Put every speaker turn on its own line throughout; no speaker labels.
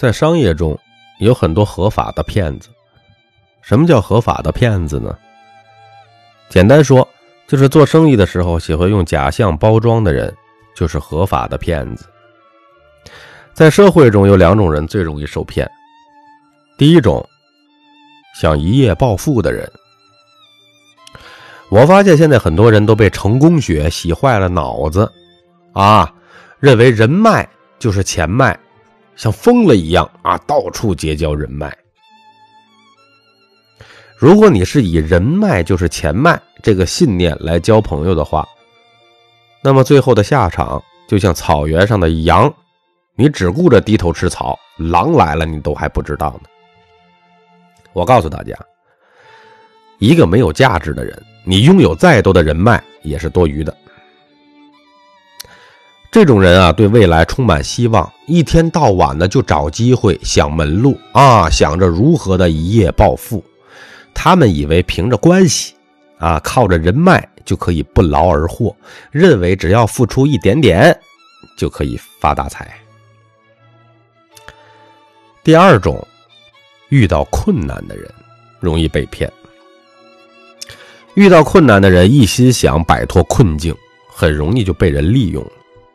在商业中有很多合法的骗子。什么叫合法的骗子呢？简单说，就是做生意的时候喜欢用假象包装的人，就是合法的骗子。在社会中有两种人最容易受骗。第一种，想一夜暴富的人。我发现现在很多人都被成功学洗坏了脑子认为人脉就是钱脉，像疯了一样到处结交人脉。如果你是以人脉就是钱脉这个信念来交朋友的话，那么最后的下场就像草原上的羊，你只顾着低头吃草，狼来了你都还不知道呢。我告诉大家，一个没有价值的人，你拥有再多的人脉也是多余的。这种人对未来充满希望，一天到晚的就找机会想门路想着如何的一夜暴富。他们以为凭着关系靠着人脉就可以不劳而获，认为只要付出一点点就可以发大财。第二种，遇到困难的人容易被骗。遇到困难的人一心想摆脱困境，很容易就被人利用了。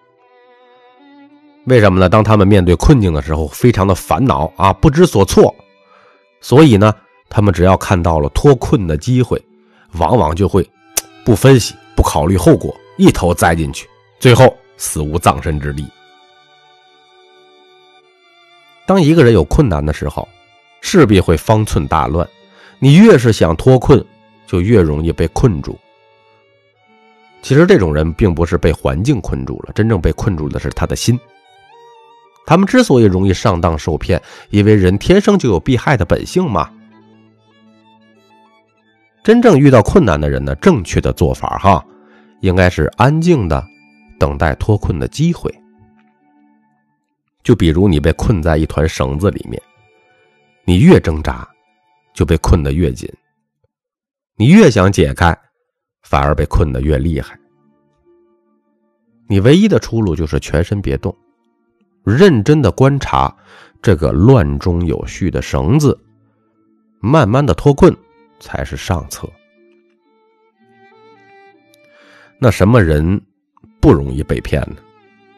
为什么呢？当他们面对困境的时候非常的烦恼不知所措，所以呢他们只要看到了脱困的机会，往往就会不分析不考虑后果，一头栽进去，最后死无葬身之地。当一个人有困难的时候，势必会方寸大乱，你越是想脱困，就越容易被困住。其实这种人并不是被环境困住了，真正被困住的是他的心。他们之所以容易上当受骗，因为人天生就有避害的本性嘛。真正遇到困难的人呢，正确的做法应该是安静的等待脱困的机会。就比如你被困在一团绳子里面，你越挣扎就被困得越紧，你越想解开反而被困得越厉害。你唯一的出路就是全身别动，认真的观察这个乱中有序的绳子，慢慢的脱困才是上策。那什么人不容易被骗呢？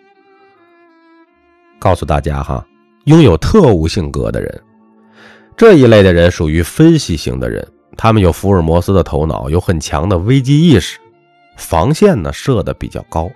告诉大家拥有特务性格的人，这一类的人属于分析型的人，他们有福尔摩斯的头脑，有很强的危机意识，防线呢设得比较高。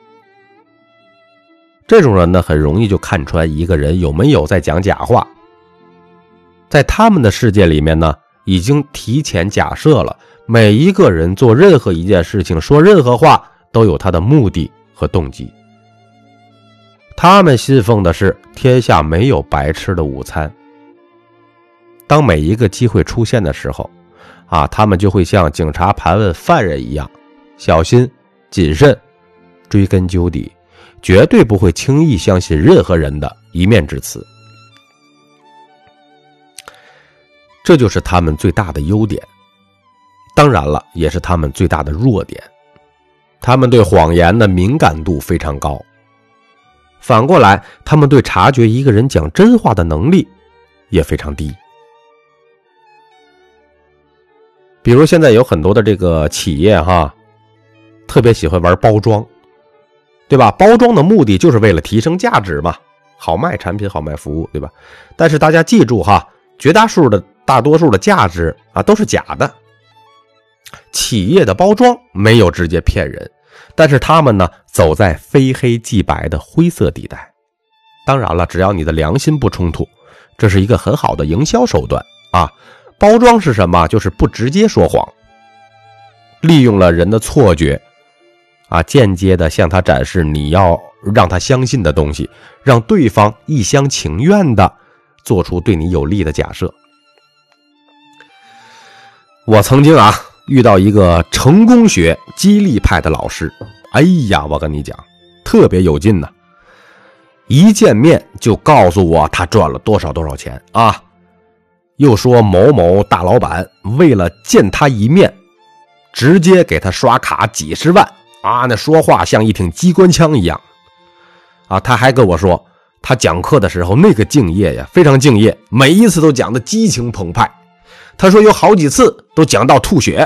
这种人呢很容易就看穿一个人有没有在讲假话。在他们的世界里面呢，已经提前假设了每一个人做任何一件事情说任何话都有他的目的和动机。他们信奉的是天下没有白吃的午餐。当每一个机会出现的时候他们就会像警察盘问犯人一样，小心谨慎，追根究底，绝对不会轻易相信任何人的一面之词。这就是他们最大的优点，当然了，也是他们最大的弱点。他们对谎言的敏感度非常高，反过来他们对察觉一个人讲真话的能力也非常低。比如现在有很多的这个企业特别喜欢玩包装，对吧？包装的目的就是为了提升价值嘛，好卖产品好卖服务，对吧？但是大家记住绝大多数的价值都是假的。企业的包装没有直接骗人，但是他们呢走在非黑即白的灰色地带。当然了，只要你的良心不冲突，这是一个很好的营销手段包装是什么？就是不直接说谎，利用了人的错觉间接的向他展示你要让他相信的东西，让对方一厢情愿的做出对你有利的假设。我曾经遇到一个成功学激励派的老师，哎呀，我跟你讲，特别有劲一见面就告诉我他赚了多少钱又说某某大老板为了见他一面，直接给他刷卡几十万那说话像一挺机关枪一样他还跟我说， 他讲课的时候那个敬业呀，非常敬业，每一次都讲的激情澎湃。他说有好几次都讲到吐血。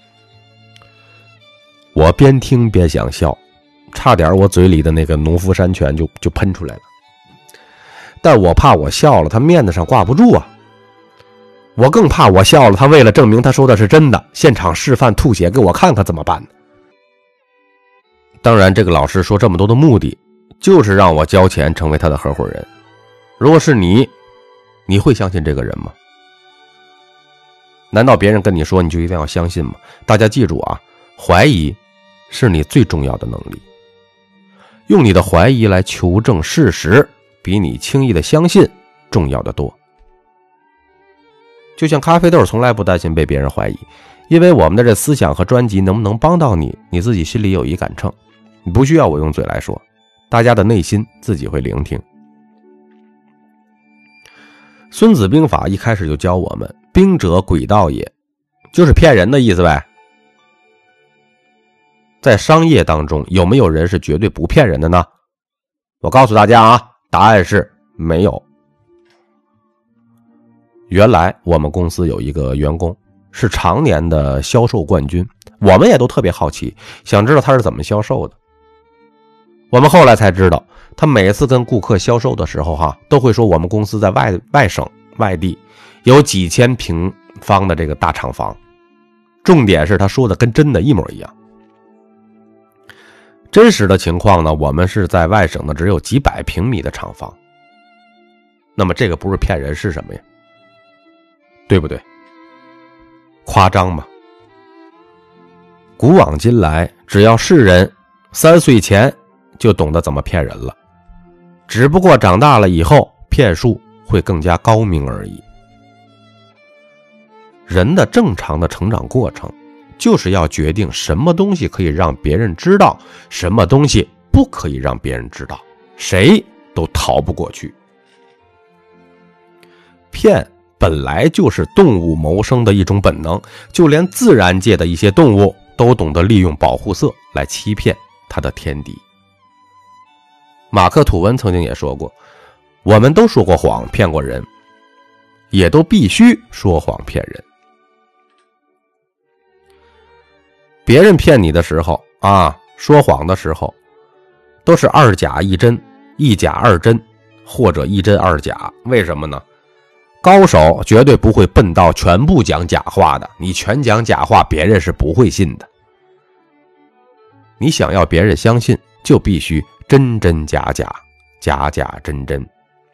我边听边想笑，差点我嘴里的那个农夫山泉就喷出来了。但我怕我笑了他面子上挂不住啊，我更怕我笑了他为了证明他说的是真的，现场示范吐血给我看看怎么办呢？当然这个老师说这么多的目的就是让我交钱成为他的合伙人。如果是你会相信这个人吗？难道别人跟你说你就一定要相信吗？大家记住啊，怀疑是你最重要的能力。用你的怀疑来求证事实，比你轻易的相信重要的多。就像咖啡豆从来不担心被别人怀疑，因为我们的这思想和专辑能不能帮到你，你自己心里有一杆秤，你不需要我用嘴来说，大家的内心自己会聆听。孙子兵法一开始就教我们，兵者诡道也，就是骗人的意思呗。在商业当中，有没有人是绝对不骗人的呢？我告诉大家啊，答案是没有。原来我们公司有一个员工是常年的销售冠军，我们也都特别好奇，想知道他是怎么销售的。我们后来才知道，他每次跟顾客销售的时候都会说我们公司在外省外地有几千平方的这个大厂房，重点是他说的跟真的一模一样。真实的情况呢，我们是在外省的只有几百平米的厂房。那么这个不是骗人是什么呀？对不对？夸张吗？古往今来，只要是人3岁前就懂得怎么骗人了，只不过长大了以后骗术会更加高明而已。人的正常的成长过程就是要决定什么东西可以让别人知道，什么东西不可以让别人知道，谁都逃不过去。骗本来就是动物谋生的一种本能，就连自然界的一些动物都懂得利用保护色来欺骗它的天敌。马克·吐温曾经也说过，我们都说过谎骗过人，也都必须说谎骗人。别人骗你的时候说谎的时候都是2假1真，1假2真，或者1真2假。为什么呢？高手绝对不会笨到全部讲假话的，你全讲假话别人是不会信的。你想要别人相信，就必须真真假假，假假真真。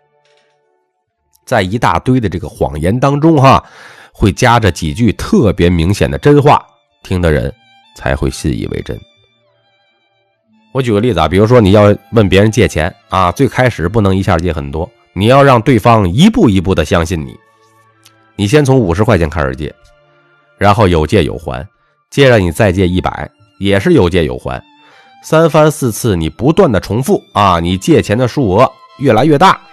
在一大堆的这个谎言当中会夹着几句特别明显的真话，听的人才会信以为真。我举个例子比如说你要问别人借钱最开始不能一下借很多，你要让对方一步一步的相信你。你先从50块钱开始借，然后有借有还，接着你再借100，也是有借有还，3番4次你不断的重复你借钱的数额越来越大。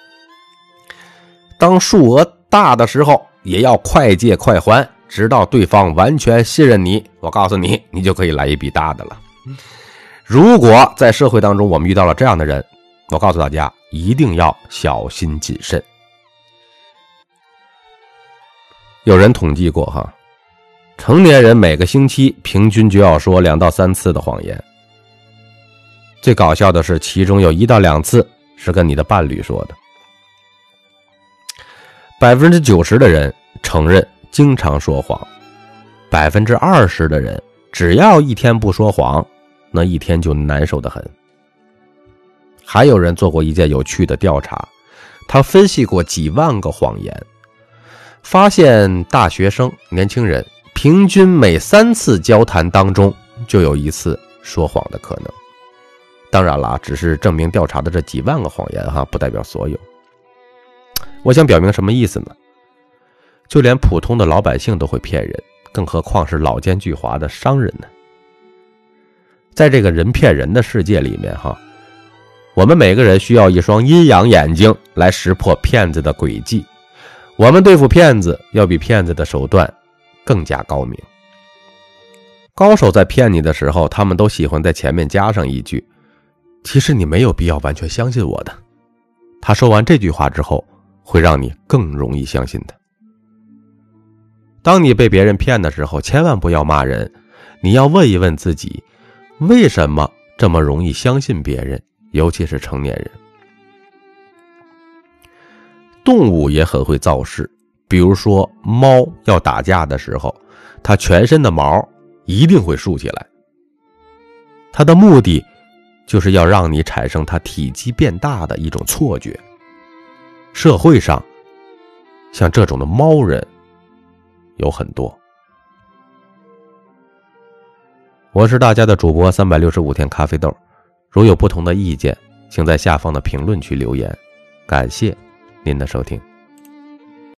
当数额大的时候，也要快借快还，直到对方完全信任你，我告诉你，你就可以来一笔大的了。如果在社会当中我们遇到了这样的人，我告诉大家一定要小心谨慎。有人统计过成年人每个星期平均就要说2到3次的谎言。最搞笑的是，其中有1到2次是跟你的伴侣说的。90%的人承认经常说谎，20%的人只要一天不说谎，那一天就难受得很。还有人做过一件有趣的调查，他分析过几万个谎言，发现大学生年轻人平均每3次交谈当中就有1次说谎的可能。当然了，只是证明调查的这几万个谎言不代表所有。我想表明什么意思呢？就连普通的老百姓都会骗人，更何况是老奸巨猾的商人呢？在这个人骗人的世界里面我们每个人需要一双阴阳眼睛来识破骗子的诡计。我们对付骗子要比骗子的手段更加高明。高手在骗你的时候，他们都喜欢在前面加上一句，其实你没有必要完全相信我的， 他说完这句话之后，会让你更容易相信他。当你被别人骗的时候，千万不要骂人，你要问一问自己，为什么这么容易相信别人，尤其是成年人。动物也很会造势，比如说猫要打架的时候，它全身的毛一定会竖起来，它的目的就是要让你产生它体积变大的一种错觉。社会上像这种的猫人有很多。我是大家的主播365天咖啡豆，如有不同的意见，请在下方的评论区留言。感谢您的收听。